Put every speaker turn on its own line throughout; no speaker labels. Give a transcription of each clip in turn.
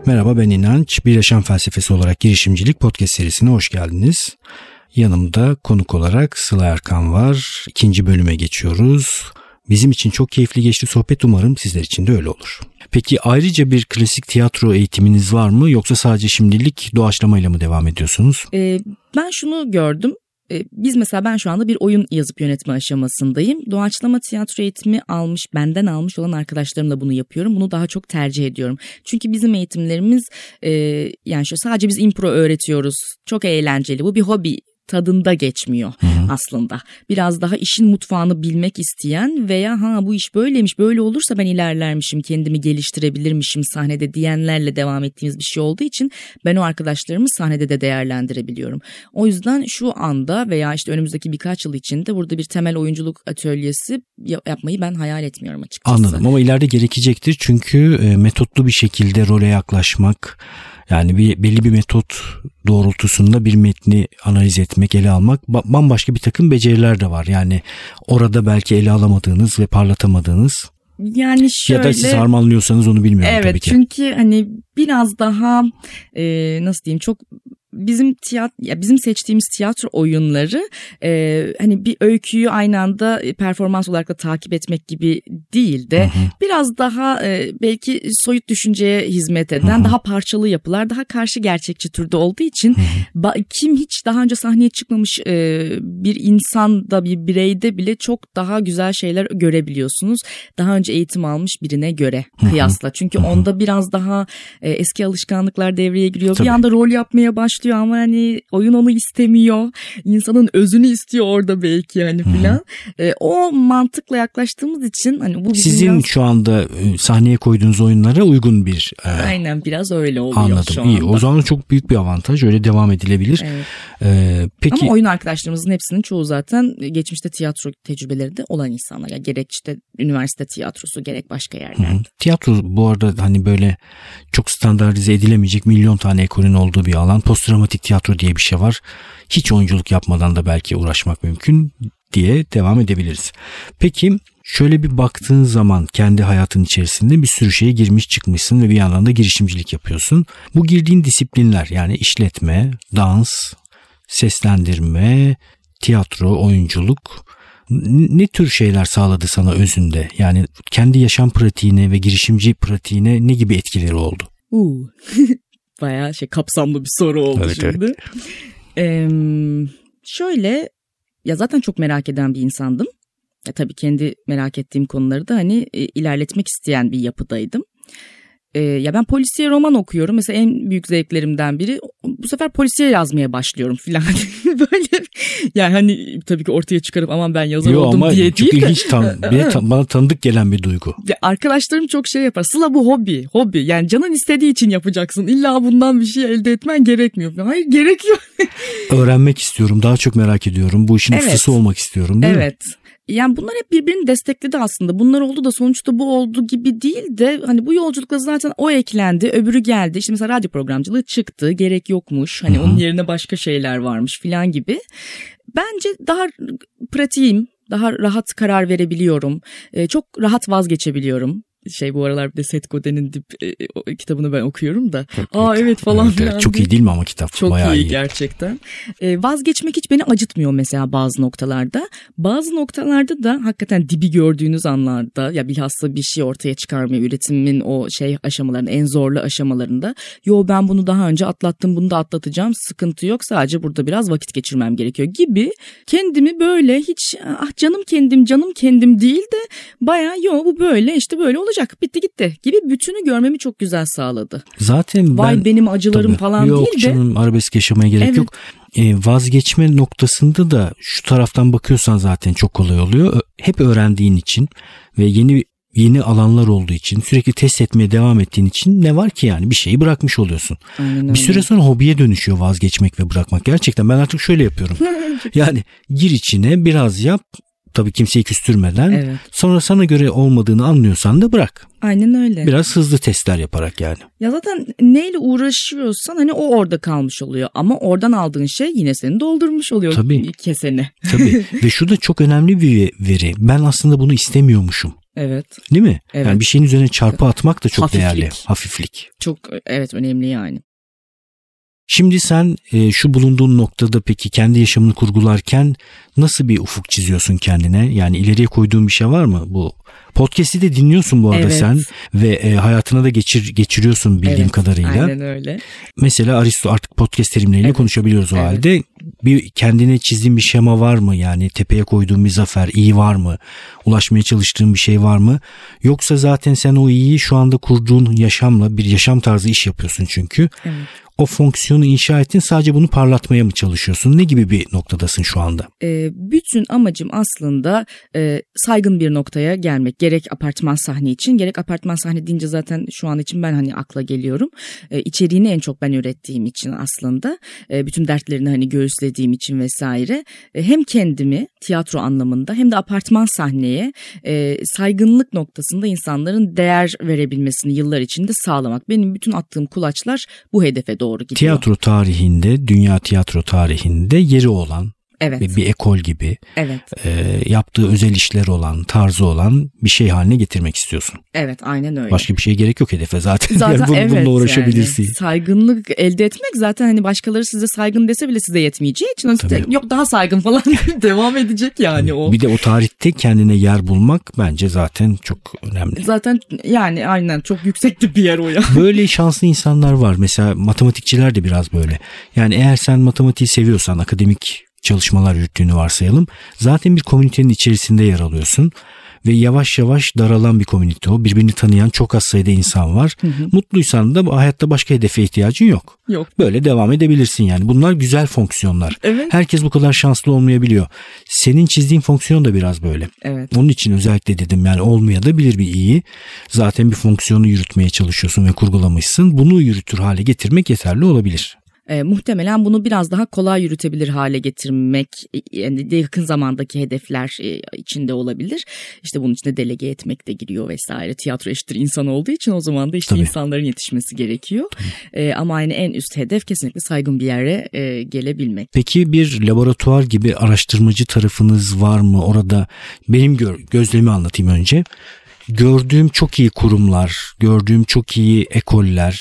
Merhaba, ben İnanç. Bir Yaşam Felsefesi olarak girişimcilik podcast serisine hoş geldiniz. Yanımda konuk olarak Sıla Erkan var. 2. bölüme geçiyoruz. Bizim için çok keyifli geçti sohbet, umarım sizler için de öyle olur. Peki ayrıca bir klasik tiyatro eğitiminiz var mı, yoksa sadece şimdilik doğaçlamayla mı devam ediyorsunuz?
Ben şunu gördüm. Ben şu anda bir oyun yazıp yönetme aşamasındayım. Doğaçlama tiyatro eğitimi benden almış olan arkadaşlarımla bunu yapıyorum. Bunu daha çok tercih ediyorum. Çünkü bizim eğitimlerimiz sadece biz impro öğretiyoruz. Çok eğlenceli. Bu bir hobi tadında geçmiyor aslında. Biraz daha işin mutfağını bilmek isteyen veya bu iş böyleymiş, böyle olursa ben ilerlermişim, kendimi geliştirebilirmişim sahnede diyenlerle devam ettiğimiz bir şey olduğu için ben o arkadaşlarımı sahnede de değerlendirebiliyorum. O yüzden şu anda veya önümüzdeki birkaç yıl içinde burada bir temel oyunculuk atölyesi yapmayı ben hayal etmiyorum açıkçası.
Anladım, ama ileride gerekecektir çünkü metotlu bir şekilde role yaklaşmak, yani belli bir metot doğrultusunda bir metni analiz etmek, ele almak, bambaşka bir takım beceriler de var. Yani orada belki ele alamadığınız ve parlatamadığınız.
Yani şöyle,
ya da siz harmanlıyorsanız onu bilmiyorum tabii ki.
Evet, çünkü biraz daha çok bizim seçtiğimiz tiyatro oyunları bir öyküyü aynı anda performans olarak da takip etmek gibi değil de biraz daha belki soyut düşünceye hizmet eden daha parçalı yapılar, daha karşı gerçekçi türde olduğu için kim hiç daha önce sahneye çıkmamış bir insanda, bir bireyde bile çok daha güzel şeyler görebiliyorsunuz. Daha önce eğitim almış birine göre kıyasla. Çünkü onda biraz daha eski alışkanlıklar devreye giriyor. Tabii. Bir anda rol yapmaya başlıyor ama oyun onu istemiyor. İnsanın özünü istiyor orada belki filan. O mantıkla yaklaştığımız için bu
sizin biraz... şu anda sahneye koyduğunuz oyunlara uygun bir
aynen biraz öyle oluyor.
Anladım.
Şu anda.
İyi. O zaman çok büyük bir avantaj. Öyle devam edilebilir.
Evet.
Peki.
Ama oyun arkadaşlarımızın hepsinin çoğu zaten geçmişte tiyatro tecrübeleri de olan insanlar. Yani gerek üniversite tiyatrosu, gerek başka yerlerde.
Tiyatro bu arada böyle çok standartize edilemeyecek milyon tane ekolün olduğu bir alan. Postdramatik tiyatro diye bir şey var. Hiç oyunculuk yapmadan da belki uğraşmak mümkün diye devam edebiliriz. Peki şöyle bir baktığın zaman kendi hayatın içerisinde bir sürü şeye girmiş çıkmışsın ve bir yandan da girişimcilik yapıyorsun. Bu girdiğin disiplinler, yani işletme, dans, seslendirme, tiyatro, oyunculuk, ne tür şeyler sağladı sana özünde? Yani kendi yaşam pratiğine ve girişimci pratiğine ne gibi etkileri oldu?
Bayağı kapsamlı bir soru oldu şimdi. Evet. Şöyle, zaten çok merak eden bir insandım. Tabii kendi merak ettiğim konuları da ilerletmek isteyen bir yapıdaydım. Ben polisiye roman okuyorum. Mesela en büyük zevklerimden biri bu sefer polisiye yazmaya başlıyorum filan. Böyle tabii ki ortaya çıkarıp aman ben yazar oldum diye değil de.
Çok ilginç, bana tanıdık gelen bir duygu.
Arkadaşlarım çok yapar. Sıla, bu hobi. Yani canın istediği için yapacaksın. İlla bundan bir şey elde etmen gerekmiyor. Hayır, gerekiyor.
Öğrenmek istiyorum. Daha çok merak ediyorum. Bu işin ustası olmak istiyorum, değil mi?
Evet. Yani bunlar hep birbirini destekledi aslında. Bunlar oldu da sonuçta bu oldu gibi değil de bu yolculukla zaten o eklendi, öbürü geldi. Mesela radyo programcılığı çıktı, gerek yokmuş. Onun yerine başka şeyler varmış filan gibi. Bence daha pratiğim, daha rahat karar verebiliyorum. Çok rahat vazgeçebiliyorum. Bu aralar bir de Seth Godin'in kitabını ben okuyorum da. Evet falan filan.
Evet, çok iyi değil mi ama kitap?
Çok
bayağı
iyi gerçekten. Vazgeçmek hiç beni acıtmıyor mesela bazı noktalarda. Bazı noktalarda da hakikaten dibi gördüğünüz anlarda, ya bilhassa bir şey ortaya çıkarmaya, üretimin o aşamalarında, en zorlu aşamalarında, ben bunu daha önce atlattım, bunu da atlatacağım, sıkıntı yok, sadece burada biraz vakit geçirmem gerekiyor gibi kendimi böyle hiç canım kendim değil de bayağı bu böyle böyle olacak, bitti gitti gibi bütünü görmemi çok güzel sağladı.
Zaten
benim acılarım falan
yok,
değil de.
Yok canım, arabesk yaşamaya gerek yok. Vazgeçme noktasında da şu taraftan bakıyorsan zaten çok kolay oluyor. Hep öğrendiğin için ve yeni alanlar olduğu için, sürekli test etmeye devam ettiğin için ne var ki bir şeyi bırakmış oluyorsun.
Aynen
bir süre sonra hobiye dönüşüyor vazgeçmek ve bırakmak. Gerçekten ben artık şöyle yapıyorum. Gir içine, biraz yap. Tabii kimseyi küstürmeden.
Evet.
Sonra sana göre olmadığını anlıyorsan da bırak.
Aynen öyle.
Biraz hızlı testler yaparak yani.
Ya zaten neyle uğraşıyorsan o orada kalmış oluyor. Ama oradan aldığın şey yine seni doldurmuş oluyor.
Tabii.
Keseni.
Tabii. Ve şu da çok önemli bir veri. Ben aslında bunu istemiyormuşum.
Evet.
Değil mi?
Evet.
Yani bir şeyin üzerine çarpı atmak da çok
Hafiflik.
değerli. Hafiflik.
Çok evet, önemli yani.
Şimdi sen şu bulunduğun noktada peki kendi yaşamını kurgularken nasıl bir ufuk çiziyorsun kendine? Yani ileriye koyduğun bir şey var mı? Bu podcast'i de dinliyorsun bu arada
evet.
sen ve hayatına da geçiriyorsun bildiğim kadarıyla.
Aynen öyle.
Mesela Aristo, artık podcast terimleriyle konuşabiliyoruz o halde. Bir kendine çizdiğin bir şema var mı? Yani tepeye koyduğun bir zafer, iyi var mı? Ulaşmaya çalıştığın bir şey var mı? Yoksa zaten sen o iyiyi şu anda kurduğun yaşamla, bir yaşam tarzı iş yapıyorsun çünkü.
Evet.
O fonksiyonu inşa ettin, sadece bunu parlatmaya mı çalışıyorsun? Ne gibi bir noktadasın şu anda?
Bütün amacım aslında saygın bir noktaya gelmek. Gerek apartman sahne için, gerek apartman sahne deyince zaten şu an için ben hani akla geliyorum. İçeriğini en çok ben ürettiğim için aslında. Bütün dertlerini hani göğüslediğim için vesaire. Hem kendimi tiyatro anlamında hem de apartman sahneye saygınlık noktasında insanların değer verebilmesini yıllar içinde sağlamak. Benim bütün attığım kulaçlar bu hedefe doğru gidiyor.
Tiyatro tarihinde, dünya tiyatro tarihinde yeri olan,
evet.
bir ekol gibi,
evet.
Yaptığı özel işler olan, tarzı olan bir şey haline getirmek istiyorsun.
Evet, aynen öyle.
Başka bir şeye gerek yok hedefe zaten. Yani
evet,
bununla uğraşabilirsin.
Yani saygınlık elde etmek zaten hani başkaları size saygın dese bile size yetmeyeceği için yok daha saygın falan devam edecek yani o.
Bir de o tarihte kendine yer bulmak bence zaten çok önemli.
Zaten yani aynen çok yüksekti bir yer o ya.
Böyle şanslı insanlar var. Mesela matematikçiler de biraz böyle. Yani eğer sen matematiği seviyorsan, akademik çalışmalar yürüttüğünü varsayalım, zaten bir komünitenin içerisinde yer alıyorsun ve yavaş yavaş daralan bir komünite o. Birbirini tanıyan çok az sayıda insan var. Mutluysan da hayatta başka hedefe ihtiyacın yok. Böyle devam edebilirsin yani. Bunlar güzel fonksiyonlar.
Evet.
Herkes bu kadar şanslı olmayabiliyor. Senin çizdiğin fonksiyon da biraz böyle.
Evet.
Onun için özellikle dedim yani olmaya da bilir bir iyi. Zaten bir fonksiyonu yürütmeye çalışıyorsun ve kurgulamışsın. Bunu yürütür hale getirmek yeterli olabilir.
Muhtemelen bunu biraz daha kolay yürütebilir hale getirmek yani yakın zamandaki hedefler içinde olabilir. İşte bunun içine delege etmek de giriyor vesaire. Tiyatro eşittir insan olduğu için o zaman da işte insanların yetişmesi gerekiyor. Ama yani en üst hedef kesinlikle saygın bir yere gelebilmek.
Peki bir laboratuvar gibi araştırmacı tarafınız var mı orada? Benim gözlemi anlatayım önce. Gördüğüm çok iyi kurumlar, gördüğüm çok iyi ekoller,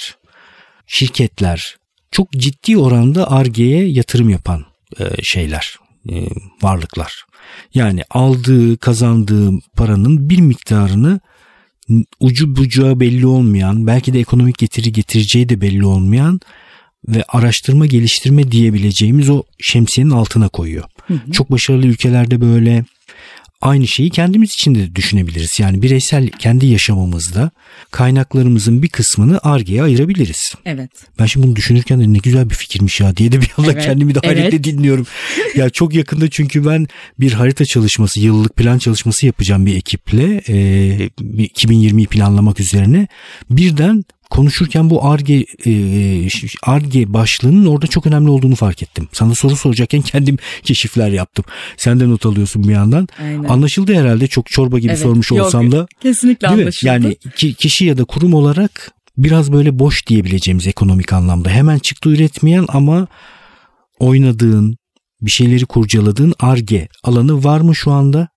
şirketler, çok ciddi oranda Ar-Ge'ye yatırım yapan şeyler, varlıklar. Yani kazandığı paranın bir miktarını ucu bucağı belli olmayan, belki de ekonomik getireceği de belli olmayan ve araştırma geliştirme diyebileceğimiz o şemsiyenin altına koyuyor. Çok başarılı ülkelerde böyle. Aynı şeyi kendimiz için de düşünebiliriz. Yani bireysel kendi yaşamımızda kaynaklarımızın bir kısmını Ar-Ge'ye ayırabiliriz.
Evet.
Ben şimdi bunu düşünürken de ne güzel bir fikirmiş ya diye de bir anda kendimi de hayretle dinliyorum. Ya çok yakında çünkü ben bir harita çalışması, yıllık plan çalışması yapacağım bir ekiple 2020'yi planlamak üzerine. Birden konuşurken bu Ar-Ge başlığının orada çok önemli olduğunu fark ettim. Sana soru soracakken kendim keşifler yaptım. Sen de not alıyorsun bir yandan.
Aynen.
Anlaşıldı herhalde, çok çorba gibi sormuş olsam da.
Kesinlikle anlaşıldı.
Yani kişi ya da kurum olarak biraz böyle boş diyebileceğimiz ekonomik anlamda. Hemen çıktı üretmeyen ama oynadığın, bir şeyleri kurcaladığın Ar-Ge alanı var mı şu anda?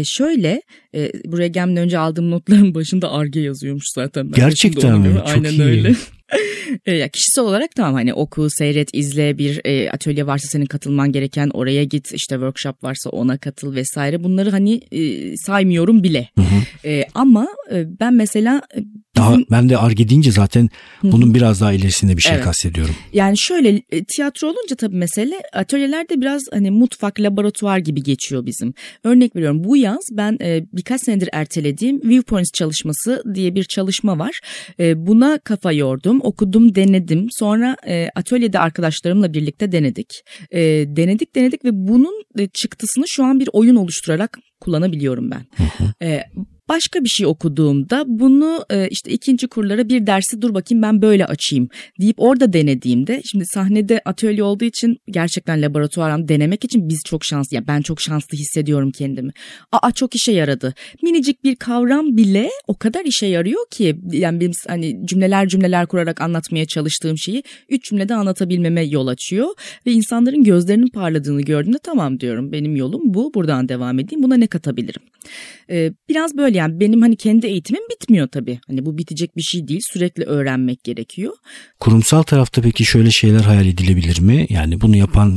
Buraya gelmeden önce aldığım notların başında Ar-Ge yazıyormuş zaten.
Gerçekten mi? Çok
aynen
iyi.
Öyle. Ya kişisel olarak tamam hani oku, seyret, izle, bir atölye varsa senin katılman gereken oraya git, işte workshop varsa ona katıl vesaire. Bunları hani saymıyorum bile. Ama ben mesela
ben de Ar-Ge deyince zaten bunun biraz daha ilerisinde bir şey kastediyorum.
Yani şöyle tiyatro olunca tabii mesele atölyelerde biraz hani mutfak, laboratuvar gibi geçiyor bizim. Örnek veriyorum, bu yaz ben birkaç senedir ertelediğim Viewpoints çalışması diye bir çalışma var. Buna kafa yordum, okudum, denedim. Sonra atölyede arkadaşlarımla birlikte denedik. Denedik ve bunun çıktısını şu an bir oyun oluşturarak kullanabiliyorum ben. Başka bir şey okuduğumda bunu işte ikinci kurlara bir dersi dur bakayım ben böyle açayım deyip orada denediğimde, şimdi sahnede atölye olduğu için gerçekten laboratuvar denemek için biz çok şanslı, ya ben çok şanslı hissediyorum kendimi. Çok işe yaradı. Minicik bir kavram bile o kadar işe yarıyor ki yani benim hani cümleler kurarak anlatmaya çalıştığım şeyi 3 cümlede anlatabilmeme yol açıyor ve insanların gözlerinin parladığını gördüğümde tamam diyorum, benim yolum bu, buradan devam edeyim, buna ne katabilirim? Biraz böyle öyle yani benim hani kendi eğitimim bitmiyor tabii. Hani bu bitecek bir şey değil. Sürekli öğrenmek gerekiyor.
Kurumsal tarafta peki şöyle şeyler hayal edilebilir mi? Yani bunu yapan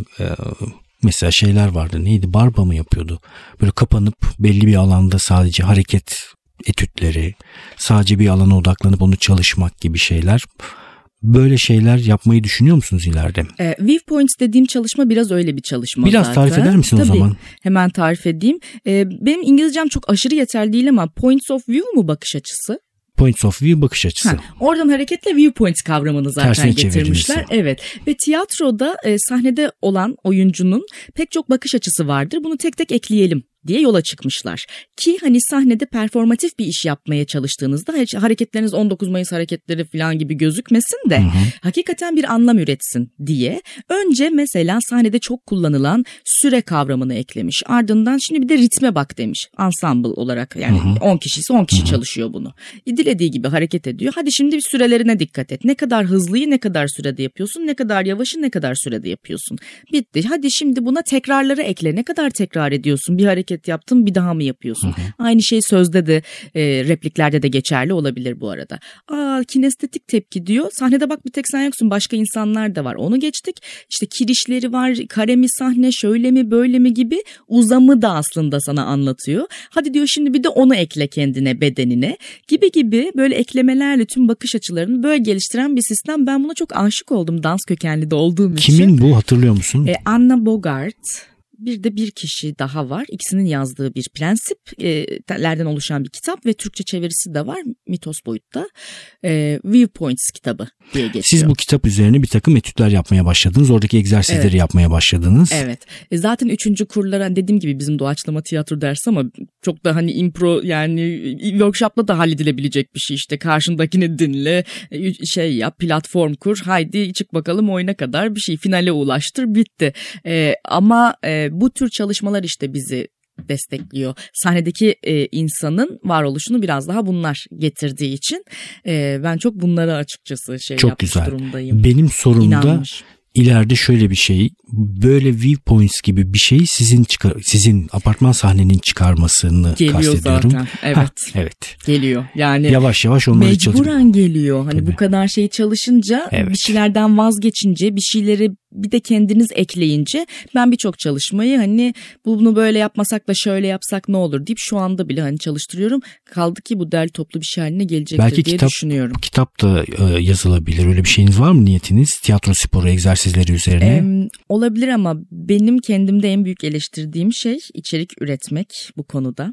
mesela şeyler vardı. Neydi? Barba mı yapıyordu? Böyle kapanıp belli bir alanda sadece hareket etütleri, sadece bir alana odaklanıp onu çalışmak gibi şeyler. Böyle şeyler yapmayı düşünüyor musunuz ileride?
Viewpoints dediğim çalışma biraz öyle bir çalışma
biraz
zaten.
Tarif eder misin
Tabii,
o zaman?
Hemen tarif edeyim. Benim İngilizcem çok aşırı yeterli değil ama points of view mu bakış açısı?
Points of view bakış açısı.
Oradan hareketle viewpoints kavramını zaten
tersine
getirmişler. Evet. Ve tiyatroda sahnede olan oyuncunun pek çok bakış açısı vardır. Bunu tek tek ekleyelim diye yola çıkmışlar. Ki hani sahnede performatif bir iş yapmaya çalıştığınızda hareketleriniz 19 Mayıs hareketleri falan gibi gözükmesin de hakikaten bir anlam üretsin diye. Önce mesela sahnede çok kullanılan süre kavramını eklemiş. Ardından şimdi bir de ritme bak demiş. Ensemble olarak yani 10 kişi ise 10 kişi çalışıyor bunu. Dilediği gibi hareket ediyor. Hadi şimdi bir sürelerine dikkat et. Ne kadar hızlıyı ne kadar sürede yapıyorsun? Ne kadar yavaşı ne kadar sürede yapıyorsun? Bitti. Hadi şimdi buna tekrarları ekle. Ne kadar tekrar ediyorsun? Bir hareket yaptın bir daha mı yapıyorsun? Aynı şey sözde de repliklerde de geçerli olabilir bu arada. Kinestetik tepki diyor. Sahnede bak bir tek sen yoksun, başka insanlar da var. Onu geçtik. İşte kirişleri var, kare mi sahne, şöyle mi böyle mi gibi uzamı da aslında sana anlatıyor. Hadi diyor şimdi bir de onu ekle kendine, bedenine gibi böyle eklemelerle tüm bakış açılarını böyle geliştiren bir sistem. Ben buna çok aşık oldum dans kökenli de olduğum için.
Kimin bu, hatırlıyor musun?
Anna Bogart. Bir de bir kişi daha var. İkisinin yazdığı bir prensiplerden oluşan bir kitap ve Türkçe çevirisi de var. Mitos boyutta. Viewpoints kitabı diye geçiyor.
Siz bu kitap üzerine bir takım etütler yapmaya başladınız. Oradaki egzersizleri yapmaya başladınız.
Evet. Zaten 3. kurlara dediğim gibi bizim doğaçlama tiyatro dersi ama çok da hani impro yani workshopla da halledilebilecek bir şey. İşte karşındakini dinle, şey yap, platform kur, haydi çık bakalım oyuna kadar bir şey, finale ulaştır, bitti. Ama bu tür çalışmalar işte bizi destekliyor. Sahnedeki insanın varoluşunu biraz daha bunlar getirdiği için ben çok bunlara açıkçası
çok
yapmış
güzel
durumdayım.
Benim sorumda ileride şöyle bir şey, böyle viewpoints gibi bir şey sizin apartman sahnenin çıkarmasını
geliyor
kastediyorum.
Zaten. Evet.
Evet.
Geliyor. Yani
yavaş yavaş onları
mecburen geliyor. Hani
tabii.
Bu kadar şey çalışınca, bir şeylerden vazgeçince, bir şeyleri bir de kendiniz ekleyince ben birçok çalışmayı hani bunu böyle yapmasak da şöyle yapsak ne olur deyip şu anda bile hani çalıştırıyorum. Kaldı ki bu derli toplu bir şey haline gelecektir
belki
diye düşünüyorum.
Kitap da yazılabilir. Öyle bir şeyiniz var mı, niyetiniz? Tiyatro sporu egzersizleri üzerine.
Olabilir ama benim kendimde en büyük eleştirdiğim şey içerik üretmek bu konuda.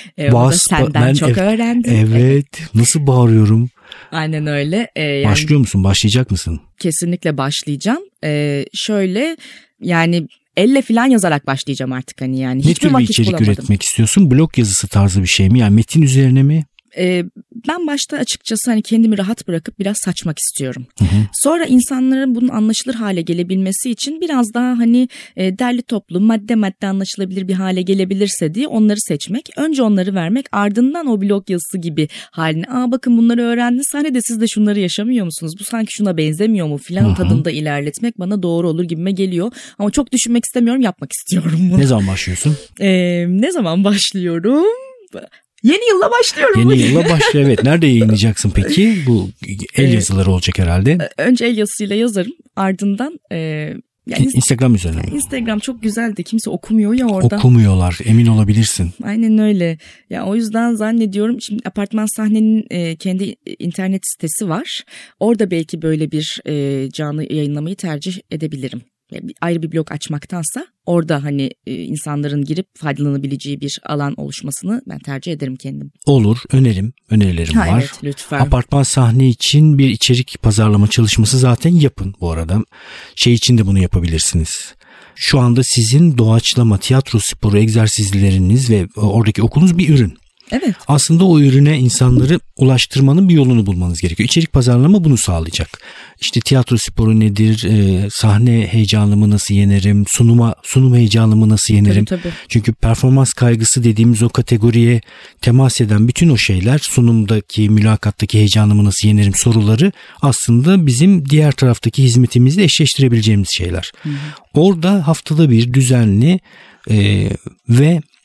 Senden çok öğrendim.
Evet. Nasıl bağırıyorum?
Aynen öyle. Yani,
başlıyor musun? Başlayacak mısın?
Kesinlikle başlayacağım. Şöyle yani elle falan yazarak başlayacağım artık hani yani.
Ne tür bir içerik üretmek istiyorsun? Blog yazısı tarzı bir şey mi? Yani metin üzerine mi?
Ben başta açıkçası hani kendimi rahat bırakıp biraz saçmak istiyorum. Sonra insanların bunun anlaşılır hale gelebilmesi için biraz daha hani derli toplu madde anlaşılabilir bir hale gelebilirse diye onları seçmek. Önce onları vermek, ardından o blog yazısı gibi haline. Bakın bunları öğrendiniz, sahnede siz de şunları yaşamıyor musunuz? Bu sanki şuna benzemiyor mu filan tadında ilerletmek bana doğru olur gibime geliyor. Ama çok düşünmek istemiyorum, yapmak istiyorum bunu.
Ne zaman başlıyorsun?
Ne zaman başlıyorum? Yeni yılla başlıyorum.
Yeni yılla başlıyor, evet. Nerede yayınlayacaksın peki? Bu el yazıları olacak herhalde.
Önce el yazısıyla yazarım. Ardından
yani Instagram üzerine.
Instagram çok güzel de kimse okumuyor ya orada.
Okumuyorlar, emin olabilirsin.
Aynen öyle. Ya o yüzden zannediyorum şimdi apartman sahnenin kendi internet sitesi var. Orada belki böyle bir canlı yayınlamayı tercih edebilirim. Ayrı bir blog açmaktansa orada hani insanların girip faydalanabileceği bir alan oluşmasını ben tercih ederim kendim.
Olur, önerilerim var.
Evet, lütfen.
Apartman sahne için bir içerik pazarlama çalışması zaten yapın bu arada. Şey için de bunu yapabilirsiniz. Şu anda sizin doğaçlama tiyatro sporu egzersizleriniz ve oradaki okulunuz bir ürün.
Evet.
Aslında o ürüne insanları ulaştırmanın bir yolunu bulmanız gerekiyor. İçerik pazarlama bunu sağlayacak. İşte tiyatro sporu nedir? Sahne heyecanımı nasıl yenerim? Sunum heyecanımı nasıl yenerim?
Tabii.
Çünkü performans kaygısı dediğimiz o kategoriye temas eden bütün o şeyler, sunumdaki, mülakattaki heyecanımı nasıl yenerim soruları aslında bizim diğer taraftaki hizmetimizle eşleştirebileceğimiz şeyler. Orada haftada bir düzenli ve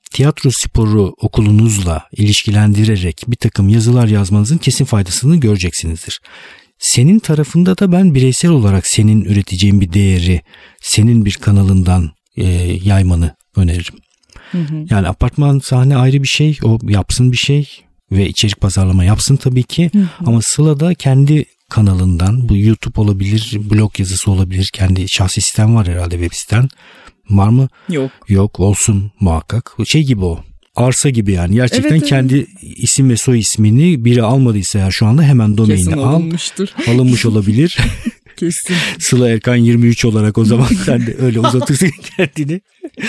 tiyatro sporu okulunuzla ilişkilendirerek bir takım yazılar yazmanızın kesin faydasını göreceksinizdir. Senin tarafında da ben bireysel olarak senin üreteceğin bir değeri senin bir kanalından yaymanı öneririm. Yani apartman sahne ayrı bir şey, o yapsın bir şey ve içerik pazarlama yapsın tabii ki. Ama Sıla da kendi kanalından, bu YouTube olabilir, blog yazısı olabilir, kendi şahsi sitem var herhalde, web sitem var mı? Yok, olsun muhakkak. Şey gibi o. Arsa gibi yani. Gerçekten evet. Kendi isim ve soy ismini biri almadıysa ya şu anda hemen domaini al. Alınmış olabilir.
Kesin.
Sıla Erkan 23 olarak o zaman sen de öyle uzatırsın kendini.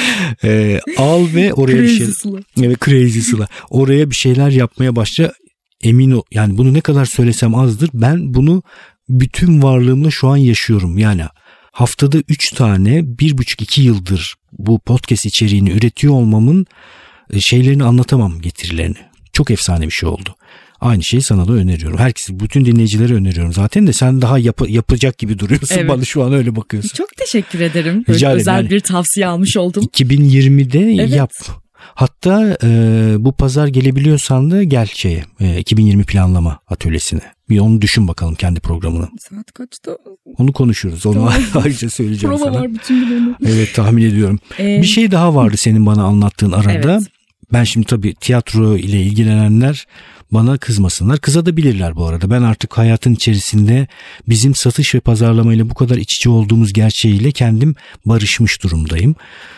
Al ve oraya
Crazy
bir şey.
Sıla.
Evet, Crazy Sıla. Oraya bir şeyler yapmaya başla. Emin ol. Yani bunu ne kadar söylesem azdır. Ben bunu bütün varlığımla şu an yaşıyorum. Yani haftada 3 tane 1,5-2 yıldır bu podcast içeriğini üretiyor olmamın şeylerini anlatamam, getirilerini. Çok efsane bir şey oldu. Aynı şeyi sana da öneriyorum. Herkese, bütün dinleyicilere öneriyorum. Zaten de sen daha yapacak gibi duruyorsun. Evet. Bana şu an öyle bakıyorsun.
Çok teşekkür ederim. Böyle özel yani, bir tavsiye almış oldum.
2020'de
evet.
Yap. Hatta bu pazar gelebiliyorsan da gel 2020 planlama atölyesine. Bir onu düşün bakalım, kendi programını.
Saat kaçta?
Onu konuşuruz. Onu ayrıca söyleyeceğim
prova
sana.
Prova var bütün gün onu.
Evet, tahmin ediyorum. Bir şey daha vardı senin bana anlattığın arada. Evet. Ben şimdi tabii tiyatro ile ilgilenenler bana kızmasınlar. Kızabilirler bu arada. Ben artık hayatın içerisinde bizim satış ve pazarlamayla bu kadar iç içe olduğumuz gerçeğiyle kendim barışmış durumdayım.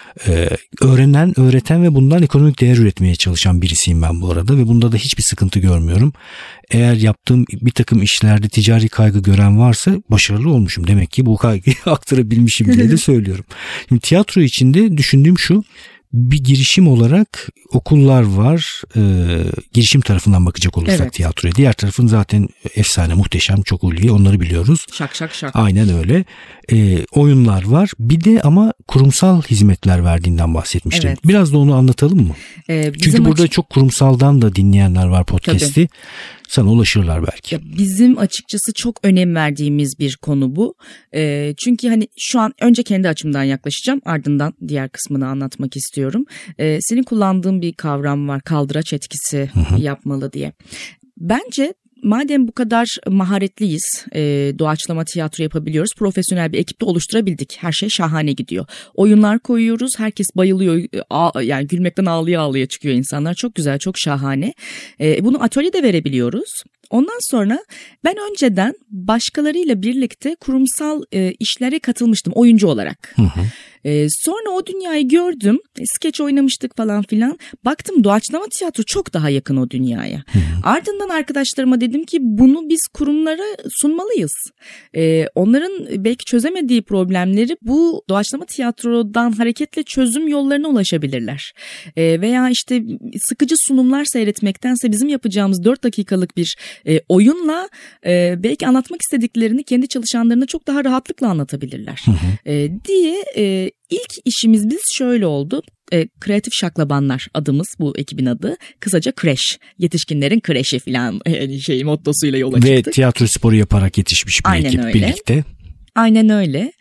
Öğreten ve bundan ekonomik değer üretmeye çalışan birisiyim ben bu arada ve bunda da hiçbir sıkıntı görmüyorum. Eğer yaptığım bir takım işlerde ticari kaygı gören varsa başarılı olmuşum. Demek ki bu kaygıyı aktarabilmişim diye de söylüyorum. Şimdi tiyatro içinde düşündüğüm şu: bir girişim olarak okullar var. Girişim tarafından bakacak olursak evet. Tiyatroya. Diğer tarafın zaten efsane, muhteşem, çok ulvi, onları biliyoruz.
Şak.
Aynen öyle. Oyunlar var. Bir de ama kurumsal hizmetler verdiğinden bahsetmiştim. Evet. Biraz da onu anlatalım mı? Çünkü burada çok kurumsaldan da dinleyenler var podcast'i. Tabii. Sana ulaşırlar belki.
Bizim açıkçası çok önem verdiğimiz bir konu bu. Çünkü hani şu an önce kendi açımdan yaklaşacağım, ardından diğer kısmını anlatmak istiyorum. Senin kullandığın bir kavram var, kaldıraç etkisi yapmalı diye. Bence madem bu kadar maharetliyiz, doğaçlama tiyatro yapabiliyoruz, profesyonel bir ekipte oluşturabildik. Her şey şahane gidiyor. Oyunlar koyuyoruz, herkes bayılıyor, yani gülmekten ağlaya çıkıyor insanlar. Çok güzel, çok şahane. Bunu atölyede verebiliyoruz. Ondan sonra ben önceden başkalarıyla birlikte kurumsal işlere katılmıştım oyuncu olarak. Sonra o dünyayı gördüm. Skeç oynamıştık falan filan. Baktım doğaçlama tiyatro çok daha yakın o dünyaya. Ardından arkadaşlarıma dedim ki bunu biz kurumlara sunmalıyız. Onların belki çözemediği problemleri bu doğaçlama tiyatrodan hareketle çözüm yollarına ulaşabilirler. Veya işte sıkıcı sunumlar seyretmektense bizim yapacağımız 4 dakikalık bir oyunla belki anlatmak istediklerini kendi çalışanlarına çok daha rahatlıkla anlatabilirler diye ilk işimiz biz şöyle oldu. Kreatif Şaklabanlar adımız, bu ekibin adı. Kısaca Crash. Yetişkinlerin Crash'i falan mottosuyla yola çıktık.
Ve tiyatro sporu yaparak yetişmiş bir
aynen
ekip
öyle.
Birlikte.
Aynen öyle.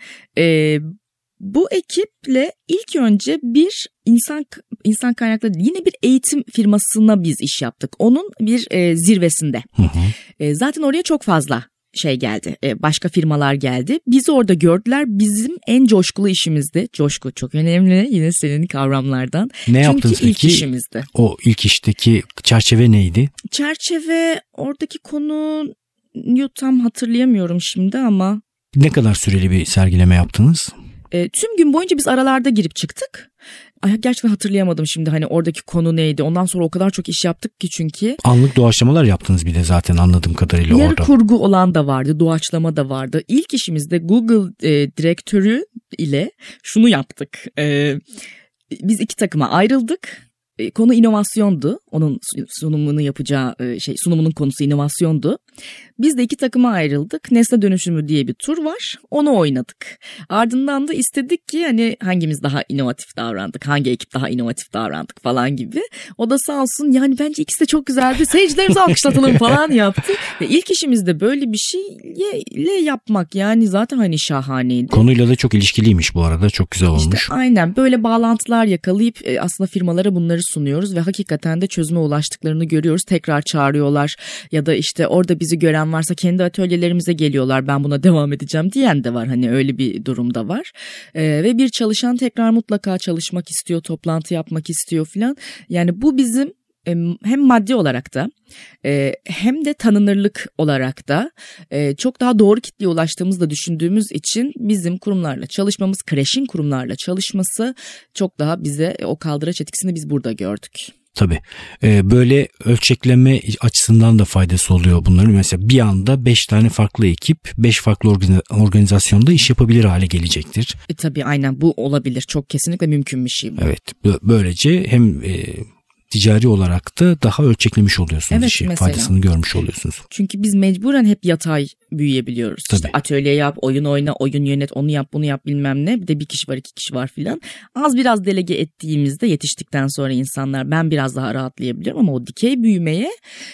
Bu ekiple ilk önce bir insan kaynakları, yine bir eğitim firmasına biz iş yaptık. Onun bir zirvesinde. Zaten oraya çok fazla geldi. Başka firmalar geldi. Bizi orada gördüler. Bizim en coşkulu işimizdi. Coşku çok önemli. Yine senin kavramlardan.
Ne yaptınız peki?
Çünkü ilk işimizdi.
O ilk işteki çerçeve neydi?
Çerçeve, oradaki konuyu tam hatırlayamıyorum şimdi ama.
Ne kadar süreli bir sergileme yaptınız?
Tüm gün boyunca biz aralarda girip çıktık. Gerçekten hatırlayamadım şimdi hani oradaki konu neydi. Ondan sonra o kadar çok iş yaptık ki çünkü.
Anlık doğaçlamalar yaptınız bir de zaten anladığım kadarıyla
yarı
orada.
Yarı kurgu olan da vardı, doğaçlama da vardı. İlk işimizde Google direktörü ile şunu yaptık. Biz 2 takıma ayrıldık. Konu inovasyondu. Onun sunumunu yapacağı sunumunun konusu inovasyondu. Biz de 2 takıma ayrıldık. Nesne dönüşümü diye bir tur var. Onu oynadık. Ardından da istedik ki hani hangimiz daha inovatif davrandık, hangi ekip daha inovatif davrandık falan gibi. O da sağ olsun yani bence ikisi de çok güzeldi. Seyircilerimizi alkışlatalım falan yaptı. Ve ilk işimiz de böyle bir şeyle yapmak yani zaten hani şahaneydi.
Konuyla da çok ilişkiliymiş bu arada. Çok güzel olmuş.
İşte aynen böyle bağlantılar yakalayıp aslında firmalara bunları sunuyoruz ve hakikaten de çözüme ulaştıklarını görüyoruz. Tekrar çağırıyorlar ya da işte orada bizi gören varsa kendi atölyelerimize geliyorlar. Ben buna devam edeceğim diyen de var. Hani öyle bir durumda var. Ve bir çalışan tekrar mutlaka çalışmak istiyor, toplantı yapmak istiyor filan. Yani bu bizim hem maddi olarak da hem de tanınırlık olarak da çok daha doğru kitleye ulaştığımızı da düşündüğümüz için bizim kurumlarla çalışmamız, Crash'in kurumlarla çalışması çok daha bize o kaldıraç etkisini biz burada gördük.
Tabii. Böyle ölçekleme açısından da faydası oluyor bunların. Mesela bir anda 5 tane farklı ekip 5 farklı organizasyonda iş yapabilir hale gelecektir.
Tabii aynen bu olabilir. Çok kesinlikle mümkün bir şey bu.
Evet. Böylece hem ticari olarak da daha ölçeklemiş oluyorsunuz işi. Mesela, faydasını görmüş oluyorsunuz.
Çünkü biz mecburen hep yatay büyüyebiliyoruz.
Tabii.
İşte atölye yap, oyun oyna, oyun yönet, onu yap, bunu yap bilmem ne. Bir de bir kişi var, 2 kişi var filan. Az biraz delege ettiğimizde yetiştikten sonra insanlar ben biraz daha rahatlayabiliyorum ama o dikey büyümeye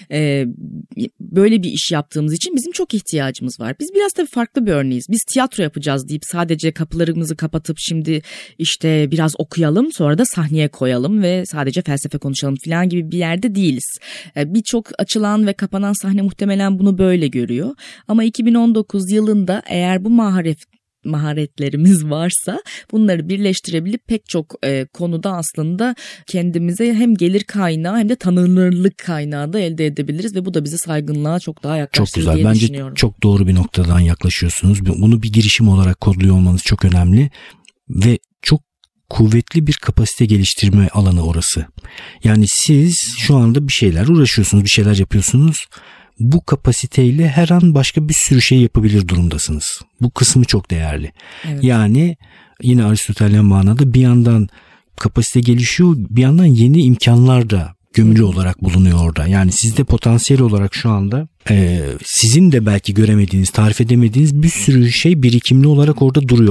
böyle bir iş yaptığımız için bizim çok ihtiyacımız var. Biz biraz tabii farklı bir örneğiz. Biz tiyatro yapacağız deyip sadece kapılarımızı kapatıp şimdi işte biraz okuyalım sonra da sahneye koyalım ve sadece felsefe konuşalım filan gibi bir yerde değiliz. Birçok açılan ve kapanan sahne muhtemelen bunu böyle görüyor. Ama 2019 yılında eğer bu maharetlerimiz varsa bunları birleştirebilip pek çok konuda aslında kendimize hem gelir kaynağı hem de tanınırlık kaynağı da elde edebiliriz ve bu da bizi saygınlığa çok daha yaklaştırır diye düşünüyorum.
Çok güzel. Bence çok doğru bir noktadan yaklaşıyorsunuz. Bunu bir girişim olarak kodluyor olmanız çok önemli ve çok kuvvetli bir kapasite geliştirme alanı orası. Yani siz şu anda bir şeyler uğraşıyorsunuz, bir şeyler yapıyorsunuz. Bu kapasiteyle her an başka bir sürü şey yapabilir durumdasınız. Bu kısmı çok değerli. Evet. Yani yine Aristotelyen manada bir yandan kapasite gelişiyor, bir yandan yeni imkanlar da gömülü olarak bulunuyor orada. Yani sizde potansiyel olarak şu anda sizin de belki göremediğiniz, tarif edemediğiniz bir sürü şey birikimli olarak orada duruyor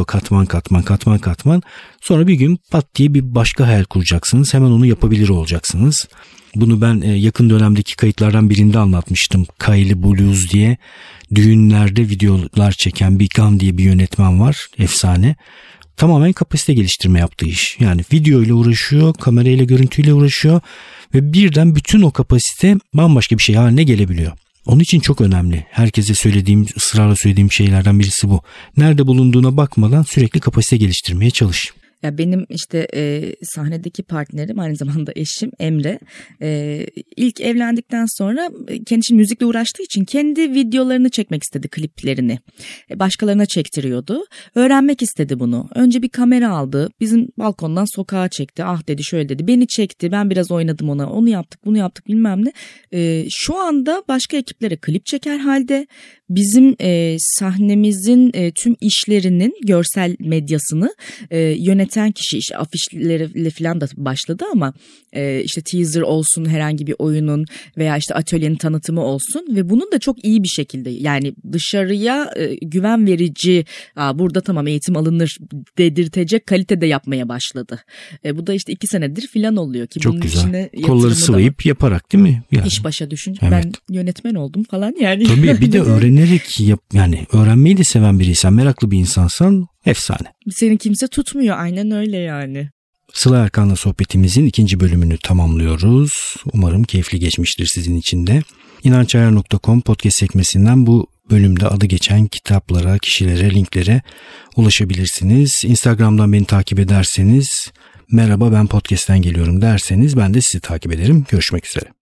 katman. Sonra bir gün pat diye bir başka hayal kuracaksınız. Hemen onu yapabilir olacaksınız. Bunu ben yakın dönemdeki kayıtlardan birinde anlatmıştım. Kylie Blues diye düğünlerde videolar çeken Bigan diye bir yönetmen var. Efsane. Tamamen kapasite geliştirme yaptığı iş. Yani video ile uğraşıyor, kamerayla, görüntüyle uğraşıyor ve birden bütün o kapasite bambaşka bir şey haline gelebiliyor. Onun için çok önemli. Herkese ısrarla söylediğim şeylerden birisi bu. Nerede bulunduğuna bakmadan sürekli kapasite geliştirmeye çalış.
Ya benim işte sahnedeki partnerim aynı zamanda eşim Emre ilk evlendikten sonra kendisi müzikle uğraştığı için kendi videolarını çekmek istedi, kliplerini başkalarına çektiriyordu. Öğrenmek istedi bunu. Önce bir kamera aldı, bizim balkondan sokağa çekti, ah dedi şöyle dedi, beni çekti, ben biraz oynadım ona, onu yaptık bunu yaptık bilmem ne. Şu anda başka ekiplere klip çeker halde, bizim sahnemizin tüm işlerinin görsel medyasını yöneten kişi, işte afişleriyle falan da başladı ama işte teaser olsun, herhangi bir oyunun veya işte atölyenin tanıtımı olsun ve bunun da çok iyi bir şekilde, yani dışarıya güven verici, burada tamam eğitim alınır dedirtecek kalitede yapmaya başladı. Bu da işte 2 senedir falan oluyor ki
çok
bunun
güzel.
içine
Kolları sıvayıp yaparak değil mi? Yani.
İş başa düşünce
evet.
Ben yönetmen oldum falan yani.
Tabii bir de öğrenerek yani öğrenmeyi de seven biriysen, meraklı bir insansan efsane.
Seni kimse tutmuyor, aynen öyle yani.
Sıla Erkan'la sohbetimizin 2. bölümünü tamamlıyoruz. Umarım keyifli geçmiştir sizin için de. İnançayar.com podcast sekmesinden bu bölümde adı geçen kitaplara, kişilere, linklere ulaşabilirsiniz. Instagram'dan beni takip ederseniz, merhaba ben podcast'ten geliyorum derseniz ben de sizi takip ederim. Görüşmek üzere.